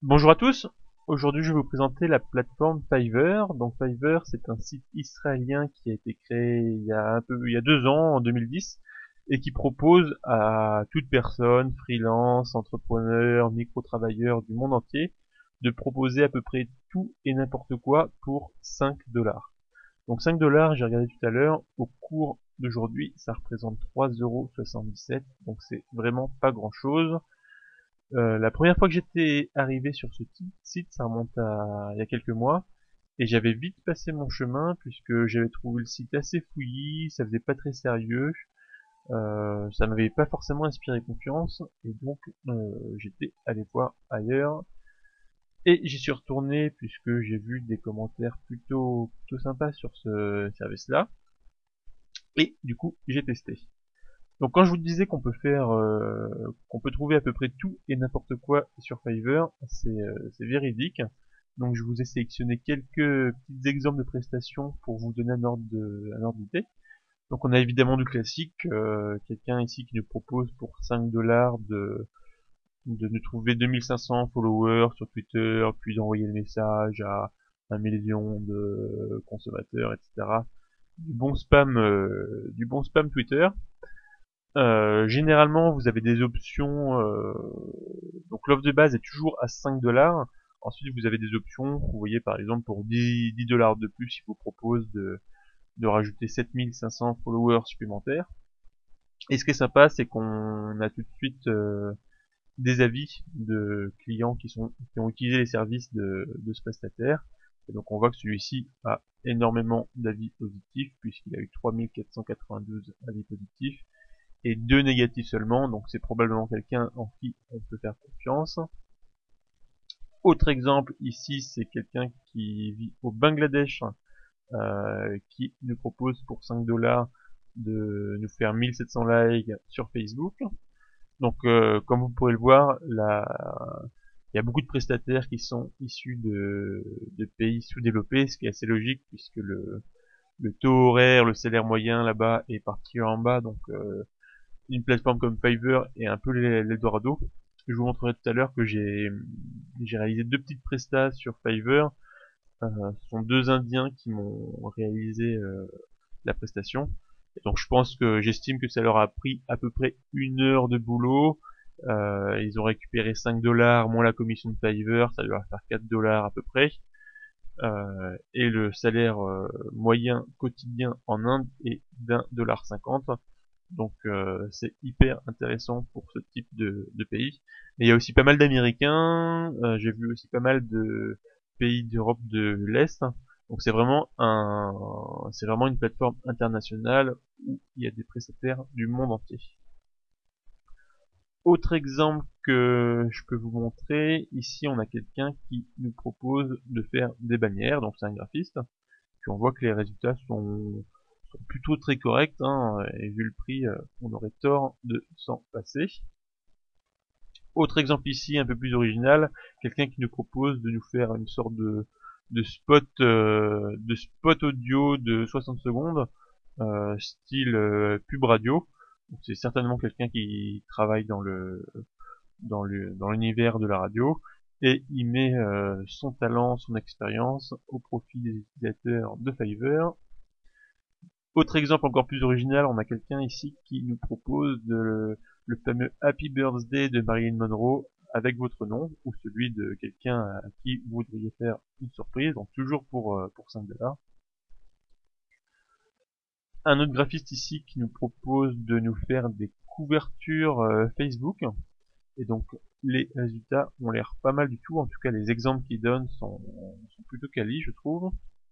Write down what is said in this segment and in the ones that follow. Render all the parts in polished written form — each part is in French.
Bonjour à tous, aujourd'hui je vais vous présenter la plateforme Fiverr. Donc Fiverr, c'est un site israélien qui a été créé il y a 2 ans, en 2010, et qui propose à toute personne, freelance, entrepreneur, micro-travailleur du monde entier, de proposer à peu près tout et n'importe quoi pour 5 dollars. Donc 5 dollars, j'ai regardé tout à l'heure, au cours d'aujourd'hui, ça représente 3,77 €, donc c'est vraiment pas grand chose. La première fois que j'étais arrivé sur ce site, ça remonte à il y a quelques mois, et j'avais vite passé mon chemin puisque j'avais trouvé le site assez fouillis, ça faisait pas très sérieux, ça m'avait pas forcément inspiré confiance, et donc j'étais allé voir ailleurs, et j'y suis retourné puisque j'ai vu des commentaires plutôt sympas sur ce service-là, et du coup j'ai testé. Donc quand je vous disais qu'on peut trouver à peu près tout et n'importe quoi sur Fiverr, c'est véridique. Donc je vous ai sélectionné quelques petits exemples de prestations pour vous donner un ordre d'idée. Donc on a évidemment du classique, quelqu'un ici qui nous propose pour 5 dollars de nous trouver 2500 followers sur Twitter, puis d'envoyer le message à 1 million de consommateurs, etc. Du bon spam Twitter. Généralement, vous avez des options. Donc l'offre de base est toujours à 5 dollars. Ensuite, vous avez des options. Vous voyez, par exemple, pour 10 dollars de plus, il vous propose de rajouter 7500 followers supplémentaires. Et ce qui est sympa, c'est qu'on a tout de suite des avis de clients qui ont utilisé les services de ce prestataire. Et donc on voit que celui-ci a énormément d'avis positifs, puisqu'il a eu 3492 avis positifs et 2 négatifs seulement, donc c'est probablement quelqu'un en qui on peut faire confiance. Autre exemple ici, c'est quelqu'un qui vit au Bangladesh, qui nous propose pour 5 dollars de nous faire 1700 likes sur Facebook. Donc comme vous pourrez le voir, il y a beaucoup de prestataires qui sont issus de pays sous-développés, ce qui est assez logique puisque le taux horaire, le salaire moyen là-bas est particulièrement en bas, donc une plateforme comme Fiverr est un peu l'Eldorado. Je vous montrerai tout à l'heure que j'ai réalisé deux petites prestats sur Fiverr. Ce sont deux Indiens qui m'ont réalisé la prestation. Et donc j'estime que ça leur a pris à peu près 1 heure de boulot. Ils ont récupéré 5 dollars moins la commission de Fiverr, ça doit faire 4 dollars à peu près. Et le salaire moyen quotidien en Inde est d'1,50 $. Donc c'est hyper intéressant pour ce type de pays. Mais il y a aussi pas mal d'Américains, j'ai vu aussi pas mal de pays d'Europe de l'Est. Donc c'est vraiment une plateforme internationale où il y a des prestataires du monde entier. Autre exemple que je peux vous montrer, ici on a quelqu'un qui nous propose de faire des bannières, donc c'est un graphiste, puis on voit que les résultats sont plutôt très corrects, hein, et vu le prix, on aurait tort de s'en passer. Autre exemple ici, un peu plus original, quelqu'un qui nous propose de nous faire une sorte de spot audio de 60 secondes, style pub radio. C'est certainement quelqu'un qui travaille dans l'univers de la radio, et il met son talent, son expérience au profit des utilisateurs de Fiverr. Autre exemple encore plus original, on a quelqu'un ici qui nous propose le fameux Happy Birthday de Marilyn Monroe avec votre nom, ou celui de quelqu'un à qui vous voudriez faire une surprise, donc toujours pour 5 dollars. Un autre graphiste ici qui nous propose de nous faire des couvertures Facebook, et donc les résultats ont l'air pas mal du tout, en tout cas les exemples qu'il donne sont plutôt quali, je trouve.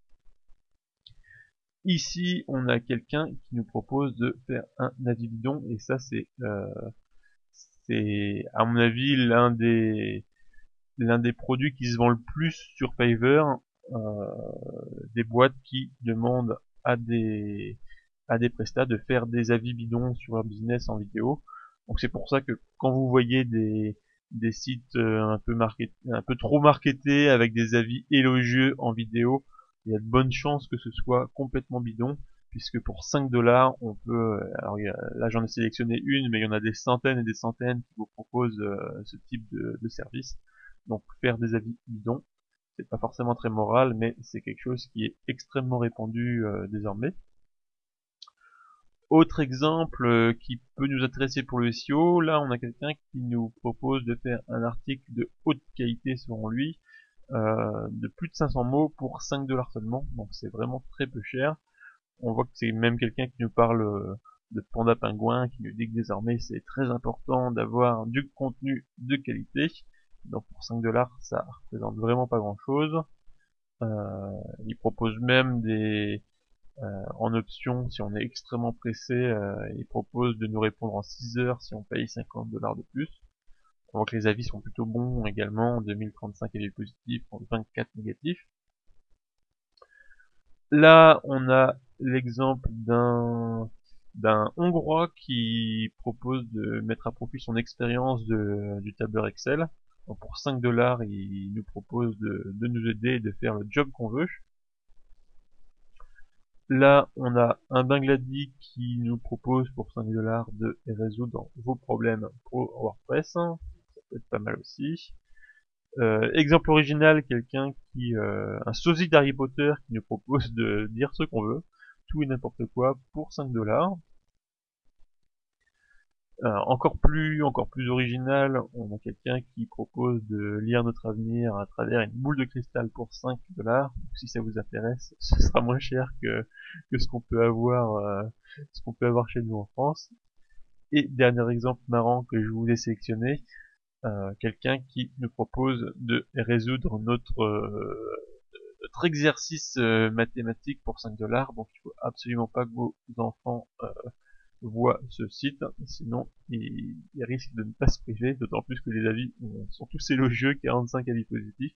Ici, on a quelqu'un qui nous propose de faire un avis bidon, et ça c'est à mon avis l'un des produits qui se vend le plus sur Fiverr, euh, des boîtes qui demandent à des prestats de faire des avis bidons sur leur business en vidéo. Donc c'est pour ça que quand vous voyez des sites un peu trop marketés avec des avis élogieux en vidéo, il y a de bonnes chances que ce soit complètement bidon, puisque pour 5 dollars, on peut, alors là j'en ai sélectionné une, mais il y en a des centaines et des centaines qui vous proposent ce type de service. Donc faire des avis bidons, c'est pas forcément très moral, mais c'est quelque chose qui est extrêmement répandu désormais. Autre exemple qui peut nous intéresser pour le SEO, là on a quelqu'un qui nous propose de faire un article de haute qualité selon lui, de plus de 500 mots pour 5 dollars seulement, donc c'est vraiment très peu cher. On voit que c'est même quelqu'un qui nous parle de Panda Pingouin, qui nous dit que désormais c'est très important d'avoir du contenu de qualité. Donc pour 5 dollars, ça représente vraiment pas grand chose. Il propose même en option, si on est extrêmement pressé, il propose de nous répondre en 6 heures si on paye 50 dollars de plus. On voit que les avis sont plutôt bons également, 2035 avis positifs, 24 négatifs. Là, on a l'exemple d'un Hongrois qui propose de mettre à profit son expérience du tableur Excel. Donc pour 5 dollars, il nous propose de nous aider et de faire le job qu'on veut. Là, on a un Bangladi qui nous propose pour 5 dollars de résoudre vos problèmes pour WordPress. Ça peut être pas mal aussi. Exemple original, quelqu'un un sosie d'Harry Potter qui nous propose de dire ce qu'on veut, tout et n'importe quoi pour 5 dollars. Encore plus original, on a quelqu'un qui propose de lire notre avenir à travers une boule de cristal pour 5 dollars. Si ça vous intéresse, ce sera moins cher que ce qu'on peut avoir chez nous en France. Et dernier exemple marrant que je vous ai sélectionné, quelqu'un qui nous propose de résoudre notre exercice mathématique pour 5 dollars. Donc il faut absolument pas que vos enfants voient ce site, sinon ils risquent de ne pas se priver, d'autant plus que les avis sont tous élogieux, 45 avis positifs.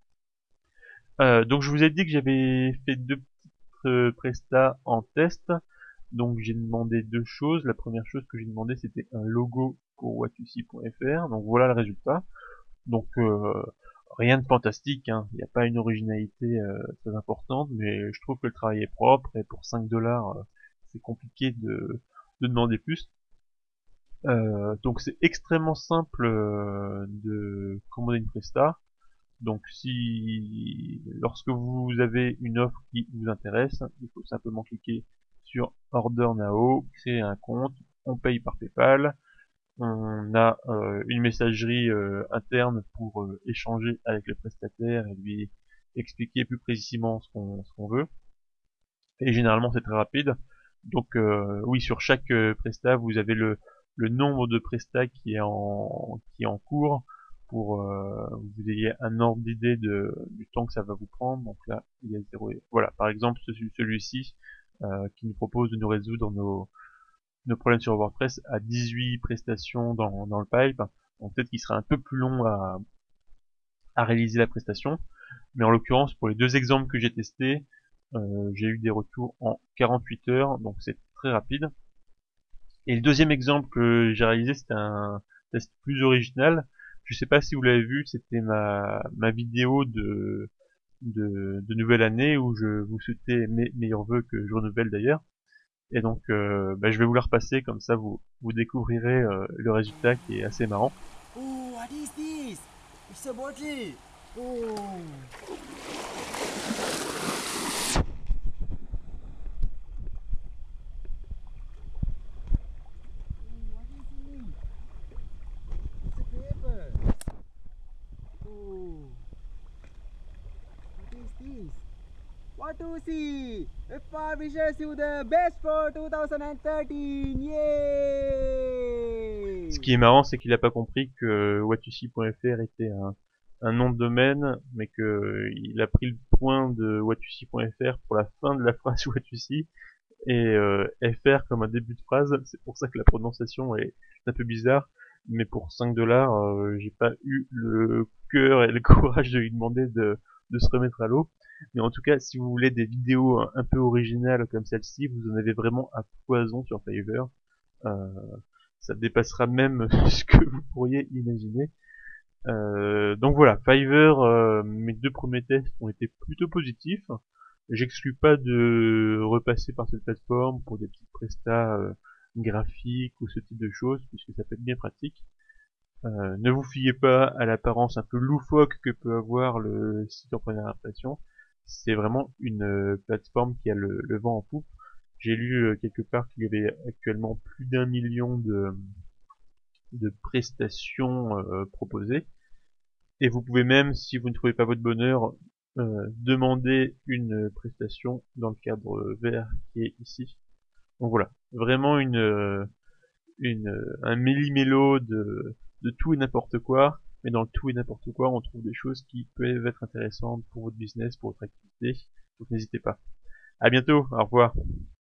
Donc je vous ai dit que j'avais fait deux petites prestats en test. Donc j'ai demandé deux choses. La première chose que j'ai demandé, c'était un logo pour whatussy.fr. Donc voilà le résultat. Donc rien de fantastique, hein. Il n'y a pas une originalité très importante, mais je trouve que le travail est propre et pour 5 dollars, c'est compliqué de demander plus. Donc c'est extrêmement simple de commander une presta. Donc si lorsque vous avez une offre qui vous intéresse, il faut simplement cliquer sur Order Now, créer un compte, on paye par PayPal, on a une messagerie interne pour échanger avec le prestataire et lui expliquer plus précisément ce qu'on veut. Et généralement c'est très rapide. Donc oui, sur chaque prestat, vous avez le nombre de prestats qui est en cours pour vous ayez un ordre d'idée du temps que ça va vous prendre. Donc là, il y a zéro. Voilà, par exemple celui-ci qui nous propose de nous résoudre nos problèmes sur WordPress à 18 prestations dans le pipe. Donc peut-être qu'il sera un peu plus long à réaliser la prestation. Mais en l'occurrence, pour les deux exemples que j'ai testés, j'ai eu des retours en 48 heures, donc c'est très rapide. Et le deuxième exemple que j'ai réalisé, c'était un test plus original. Je sais pas si vous l'avez vu, c'était ma vidéo de nouvelle année où je vous souhaitais mes meilleurs vœux que je renouvelle d'ailleurs. Et donc, je vais vous la repasser, comme ça vous découvrirez le résultat qui est assez marrant. Oh, what is this? It's a bottle. Oh. What is this? It's a paper. Oh. What is this? Watusi! FR wishes you the best for 2013! Ce Yay! qui est marrant, c'est qu'il a pas compris que whatussy.fr était un nom de domaine, mais que il a pris le point de whatussy.fr pour la fin de la phrase whatussy et fr comme un début de phrase. C'est pour ça que la prononciation est un peu bizarre. Mais pour 5 dollars, j'ai pas eu le cœur et le courage de lui demander de se remettre à l'eau. Mais en tout cas, si vous voulez des vidéos un peu originales comme celle-ci, vous en avez vraiment à foison sur Fiverr. Euh, Ça dépassera même ce que vous pourriez imaginer. Donc voilà, Fiverr, mes deux premiers tests ont été plutôt positifs. J'exclus pas de repasser par cette plateforme pour des petites prestats graphiques ou ce type de choses, puisque ça peut être bien pratique. Ne vous fiez pas à l'apparence un peu loufoque que peut avoir le site en première impression. C'est vraiment une plateforme qui a le vent en poupe. J'ai lu quelque part qu'il y avait actuellement plus d'1 million de prestations proposées. Et vous pouvez même, si vous ne trouvez pas votre bonheur, demander une prestation dans le cadre vert qui est ici. Donc voilà, vraiment un méli-mélo de tout et n'importe quoi, mais dans le tout et n'importe quoi, on trouve des choses qui peuvent être intéressantes pour votre business, pour votre activité. Donc n'hésitez pas. À bientôt, au revoir.